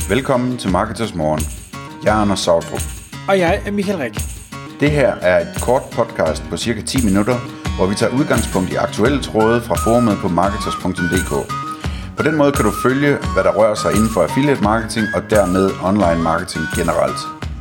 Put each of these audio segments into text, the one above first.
Velkommen til Marketers Morgen. Jeg er Anders Sautrup. Og jeg er Michael Rik. Det her er et kort podcast på cirka 10 minutter, hvor vi tager udgangspunkt i aktuelle tråde fra forumet på marketers.dk. På den måde kan du følge, hvad der rører sig inden for affiliate marketing og dermed online marketing generelt.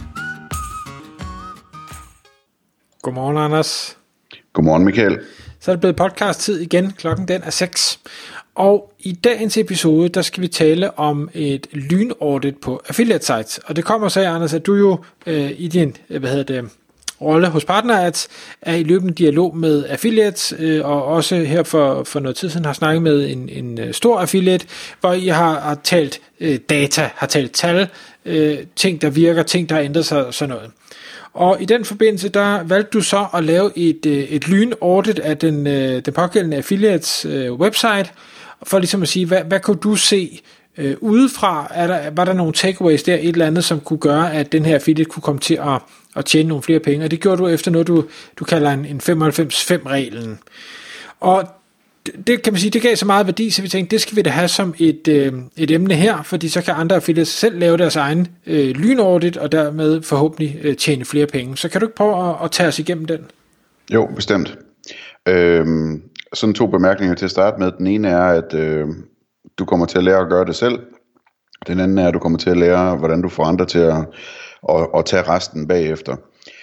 Godmorgen, Anders. Godmorgen, Michael. Så er det blevet podcast-tid igen. Klokken den er 6. Og i dagens episode, der skal vi tale om et lynaudit på affiliate sites. Og det kommer så, Anders, at du jo i din rolle hos PartnerAds er i løbende dialog med affiliates, og også her for noget tid siden har snakket med en stor affiliate, hvor I har talt data, har talt tal, ting der virker, ting der har ændret sig, sådan noget. Og i den forbindelse, der valgte du så at lave et lynaudit af den pågældende affiliates website, for ligesom at sige, hvad kunne du se udefra? Var der nogle takeaways der, et eller andet, som kunne gøre, at den her affiliate kunne komme til at tjene nogle flere penge? Og det gjorde du efter noget, du kalder en 95-5-reglen. Og det kan man sige, det gav så meget værdi, så vi tænkte, det skal vi da have som et emne her, fordi så kan andre affiliates selv lave deres egen lynaudit, og dermed forhåbentlig tjene flere penge. Så kan du ikke prøve at tage os igennem den? Jo, bestemt. Sådan 2 bemærkninger til at starte med. Den ene er, at du kommer til at lære at gøre det selv. Den anden er, at du kommer til at lære, hvordan du får andre til at tage resten bagefter.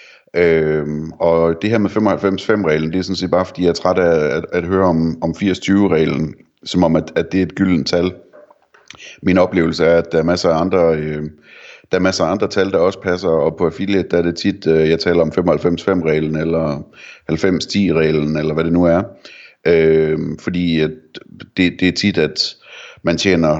Og det her med 95-5-reglen, det er sådan set bare fordi jeg er træt af at høre om 80-20-reglen, som om at det er et gyldent tal. Min oplevelse er, at der er masser af andre tal, der også passer, og på affiliate, der er det tit, jeg taler om 95-5-reglen, eller 90-10-reglen, eller hvad det nu er. Fordi at det er tit, at man tjener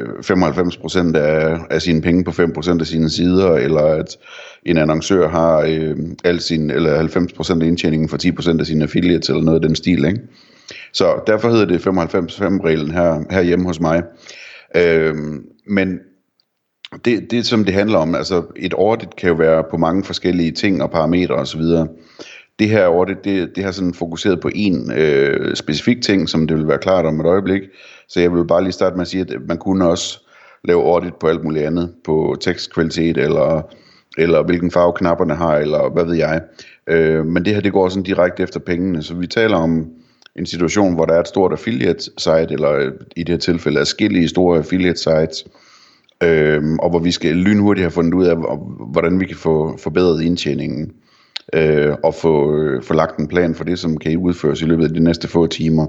95% af sine penge på 5% af sine sider, eller at en annoncør har eller 90% af indtjeningen for 10% af sine affiliates, eller noget af den stil, ikke? Så derfor hedder det 95-5-reglen her hjemme hos mig. Men det som det handler om, altså et audit kan jo være på mange forskellige ting og parametre osv. Det her audit, det har sådan fokuseret på en specifik ting, som det vil være klart om et øjeblik. Så jeg vil bare lige starte med at sige, at man kunne også lave audit på alt muligt andet, på tekstkvalitet, eller hvilken farve knapperne har, eller hvad ved jeg. Men det her, det går sådan direkte efter pengene. Så vi taler om en situation, hvor der er et stort affiliate site, eller i det her tilfælde adskillige store affiliate sites, og hvor vi skal lynhurtigt have fundet ud af, hvordan vi kan få forbedret indtjeningen, og få lagt en plan for det, som kan udføres i løbet af de næste få timer.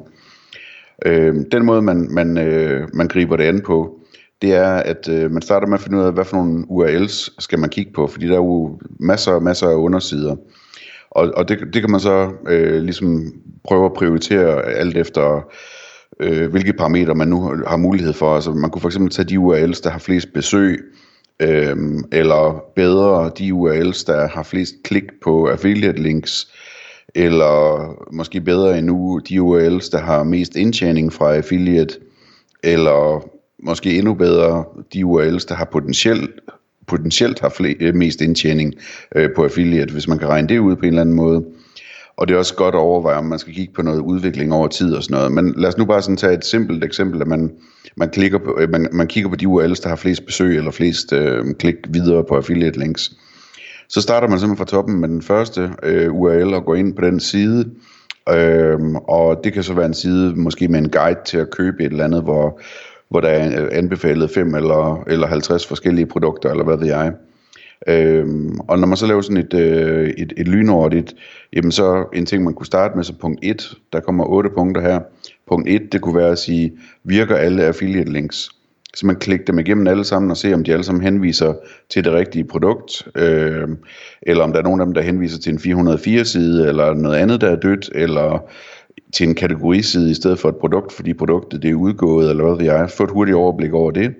Den måde, man griber det an på, det er, at man starter med at finde ud af, hvad for nogle URLs skal man kigge på, fordi der er jo masser af undersider. Og det kan man så ligesom prøve at prioritere alt efter, hvilke parametre man nu har mulighed for. Altså man kunne for eksempel tage de URLs, der har flest besøg, eller bedre de URLs, der har flest klik på affiliate links, eller måske bedre endnu de URLs, der har mest indtjening fra affiliate, eller måske endnu bedre de URLs, der har potentielt har mest indtjening på affiliate, hvis man kan regne det ud på en eller anden måde. Og det er også godt at overveje, om man skal kigge på noget udvikling over tid og sådan noget. Men lad os nu bare sådan tage et simpelt eksempel, at man kigger på de URLs, der har flest besøg eller flest klik videre på affiliate links. Så starter man simpelthen fra toppen med den første URL og går ind på den side. Og det kan så være en side måske med en guide til at købe et eller andet, hvor der er anbefalet 5 eller 50 forskellige produkter, eller hvad ved jeg. Og når man så laver sådan et lynaudit, jamen så en ting man kunne starte med, så punkt 1, der kommer 8 punkter her. Punkt 1, det kunne være at sige, virker alle affiliate links? Så man klikker dem igennem alle sammen og ser, om de alle sammen henviser til det rigtige produkt, eller om der er nogen af dem, der henviser til en 404 side, eller noget andet, der er dødt, eller til en kategoriside i stedet for et produkt, fordi produktet det er udgået, eller hvad ved jeg. Få et hurtigt overblik over det.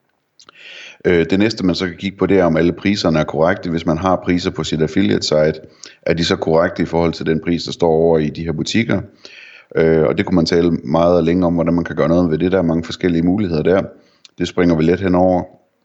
Det næste man så kan kigge på, det er, om alle priserne er korrekte. Hvis man har priser på sit affiliate site, er de så korrekte i forhold til den pris, der står over i de her butikker. Og det kunne man tale meget og længe om, hvordan man kan gøre noget ved det. Der er mange forskellige muligheder der. Det springer vi let henover.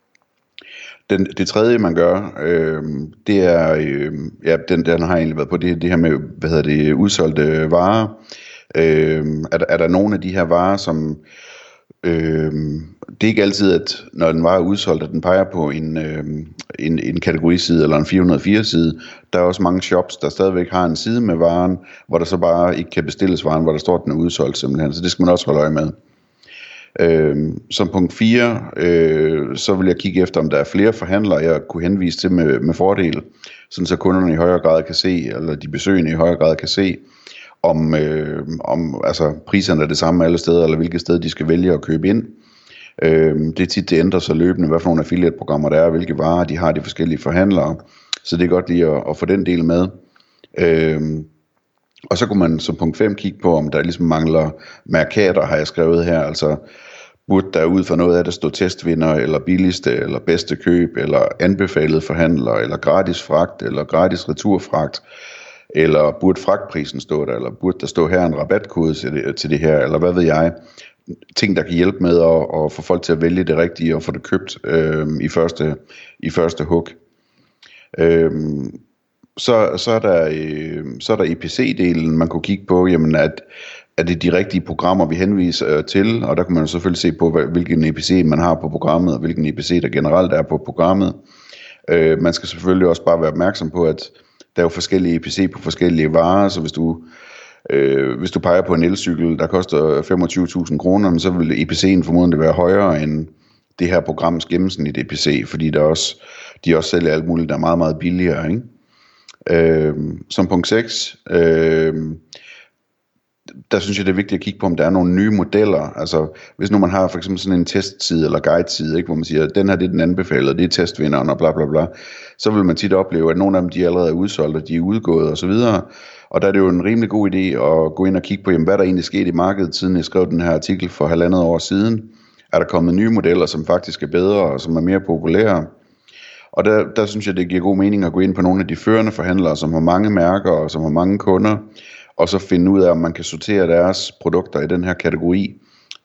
Det tredje man gør, det er, den har egentlig været på det her med, udsolgte varer. Er der nogle af de her varer, som det er ikke altid, at når den vare er udsolgt, at den peger på en kategoriside eller en 404-side. Der er også mange shops, der stadigvæk har en side med varen, hvor der så bare ikke kan bestilles varen, hvor der står, at den er udsolgt simpelthen. Så det skal man også holde øje med. Som punkt 4, så vil jeg kigge efter, om der er flere forhandlere, jeg kunne henvise til med fordel, sådan så kunderne i højere grad kan se, eller de besøgende i højere grad kan se, om altså priserne er det samme alle steder, eller hvilke steder de skal vælge at købe ind. Det er tit, det ændrer sig løbende, hvad for nogle affiliate-programmer der er, hvilke varer de har, de forskellige forhandlere. Så det er godt lige at få den del med. Og så kunne man som punkt 5 kigge på, om der ligesom mangler mærkater, har jeg skrevet her. Altså burde der ud for noget af det stå testvinder, eller billigste, eller bedste køb, eller anbefalet forhandler, eller gratis fragt, eller gratis returfragt. Eller burde fragtprisen stå der, eller burde der stå her en rabatkode til det her, eller hvad ved jeg. Ting, der kan hjælpe med at få folk til at vælge det rigtige og få det købt i første hug. Så er der EPC-delen, man kunne kigge på, jamen er det de rigtige programmer, vi henviser til, og der kan man selvfølgelig se på, hvilken EPC man har på programmet, og hvilken EPC der generelt er på programmet. Man skal selvfølgelig også bare være opmærksom på, at der er jo forskellige EPC på forskellige varer, så hvis du peger på en elcykel, der koster 25.000 kroner, så vil EPC'en formodentlig være højere end det her programs gennemsnit EPC, fordi de også sælger alt muligt, der er meget, meget billigere, ikke? Som punkt 6, der synes jeg det er vigtigt at kigge på, om der er nogle nye modeller. Altså hvis nu man har for eksempel sådan en testside eller guideside, ikke, hvor man siger, den her det er den anbefalede, det er testvinderen og bla bla bla, så vil man tit opleve, at nogle af dem de allerede er udsolgt, og de er udgået og så videre. Og der er det jo en rimelig god idé at gå ind og kigge på, jamen, hvad der egentlig skete i markedet, siden jeg skrev den her artikel for 1,5 år siden. Er der kommet nye modeller, som faktisk er bedre og som er mere populære? Og der synes jeg, det giver god mening at gå ind på nogle af de førende forhandlere, som har mange mærker og som har mange kunder, og så finde ud af, om man kan sortere deres produkter i den her kategori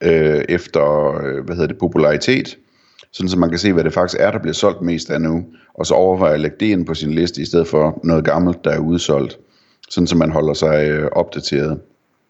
efter popularitet, sådan så man kan se, hvad det faktisk er, der bliver solgt mest af nu, og så overveje at lægge det ind på sin liste, i stedet for noget gammelt, der er udsolgt, sådan så man holder sig opdateret.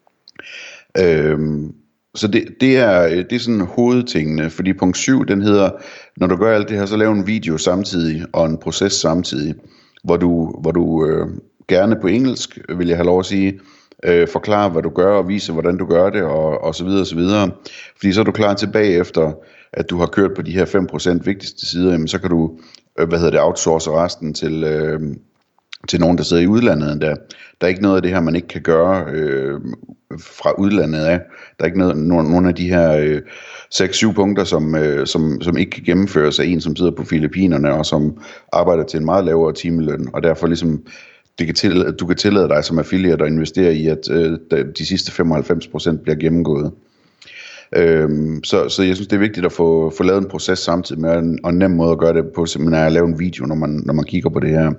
Så det er sådan hovedtingene, fordi punkt 7, den hedder, når du gør alt det her, så lav en video samtidig, og en proces samtidig, hvor du gerne på engelsk, vil jeg have lov at sige, forklare hvad du gør, og vise hvordan du gør det, og så videre og så videre. Fordi så er du klar til bagefter, at du har kørt på de her 5% vigtigste sider, jamen så kan du, outsource resten til nogen, der sidder i udlandet. Der er ikke noget af det her, man ikke kan gøre fra udlandet af. Der er ikke nogen af de her 6-7 punkter, som ikke kan gennemføres af en, som sidder på Filippinerne, og som arbejder til en meget lavere timeløn, og derfor ligesom du kan tillade dig som affiliate at investere i, at de sidste 95% bliver gennemgået. Så jeg synes, det er vigtigt at få lavet en proces samtidig med, og en nem måde at gøre det på, simpelthen er at lave en video, når man kigger på det her.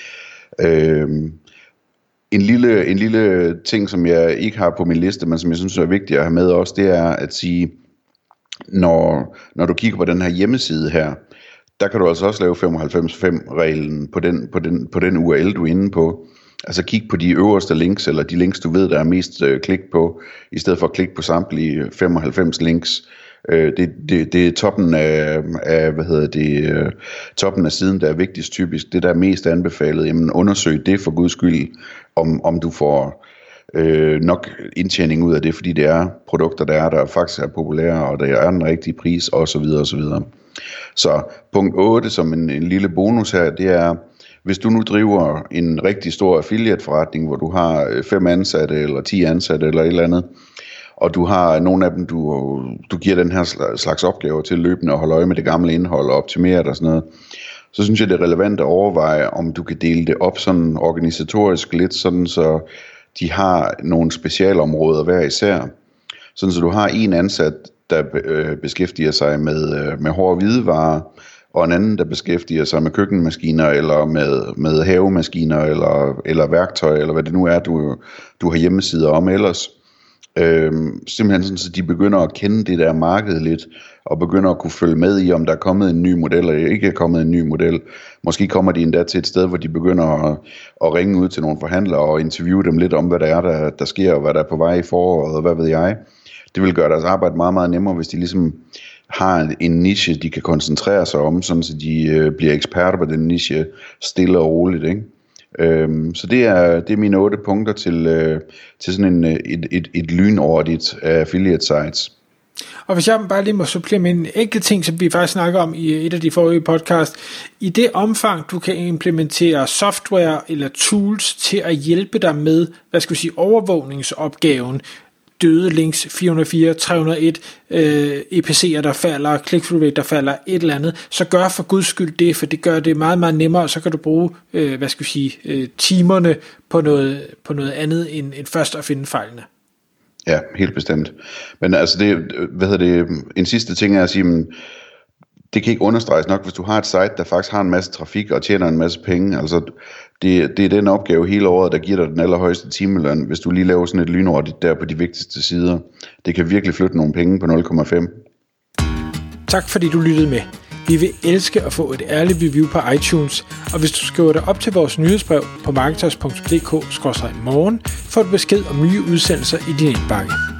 En lille ting, som jeg ikke har på min liste, men som jeg synes er vigtigt at have med også, det er at sige, når du kigger på den her hjemmeside her, der kan du altså også lave 95.5-reglen på den URL, du er inde på. Altså kig på de øverste links, eller de links, du ved, der er mest klik på, i stedet for at klikke på samtlige 95 links. Det er toppen af toppen af siden, der er vigtigst typisk. Det, der er mest anbefalet, jamen undersøg det for guds skyld, om du får nok indtjening ud af det, fordi det er produkter, der faktisk er populære, og der er den rigtige pris, osv. osv. Så punkt 8, som en lille bonus her, det er, hvis du nu driver en rigtig stor affiliate forretning, hvor du har 5 ansatte, eller 10 ansatte, eller et eller andet, og du har nogle af dem, du giver den her slags opgaver til løbende at holde øje med det gamle indhold og optimere det og sådan noget, så synes jeg, det er relevant at overveje, om du kan dele det op sådan organisatorisk lidt, sådan så de har nogle specialområder hver især. Sådan så du har en ansat, der beskæftiger sig med hårde hvidevarer, og en anden, der beskæftiger sig med køkkenmaskiner, eller med havemaskiner, eller værktøj, eller hvad det nu er, du har hjemmesider om ellers. Simpelthen sådan, så de begynder at kende det der marked lidt, og begynder at kunne følge med i, om der er kommet en ny model, eller ikke er kommet en ny model. Måske kommer de endda til et sted, hvor de begynder at ringe ud til nogle forhandlere, og interviewe dem lidt om, hvad der er, der sker, og hvad der er på vej i foråret, og hvad ved jeg. Det vil gøre deres arbejde meget, meget nemmere, hvis de ligesom har en niche, de kan koncentrere sig om, sådan så de bliver eksperter på den niche stille og roligt, ikke? Så det er mine 8 punkter til sådan et lynaudit af affiliate sites. Og hvis jeg bare lige må supplere med en enkelt ting, som vi faktisk snakker om i et af de forrige podcast, i det omfang, du kan implementere software eller tools til at hjælpe dig med, overvågningsopgaven, døde links, 404, 301, EPC'er, der falder, click-through rate, der falder, et eller andet, så gør for guds skyld det, for det gør det meget, meget nemmere, og så kan du bruge, timerne på noget andet, end først at finde fejlene. Ja, helt bestemt. Men altså en sidste ting er at sige, men det kan ikke understreges nok, hvis du har et site, der faktisk har en masse trafik og tjener en masse penge. Altså, det er den opgave hele året, der giver dig den allerhøjeste timeløn, hvis du lige laver sådan et lynaudit der på de vigtigste sider. Det kan virkelig flytte nogle penge på 0,5. Tak fordi du lyttede med. Vi vil elske at få et ærligt review på iTunes, og hvis du skriver dig op til vores nyhedsbrev på marketers.dk/morgen, får du besked om nye udsendelser i din indbakke.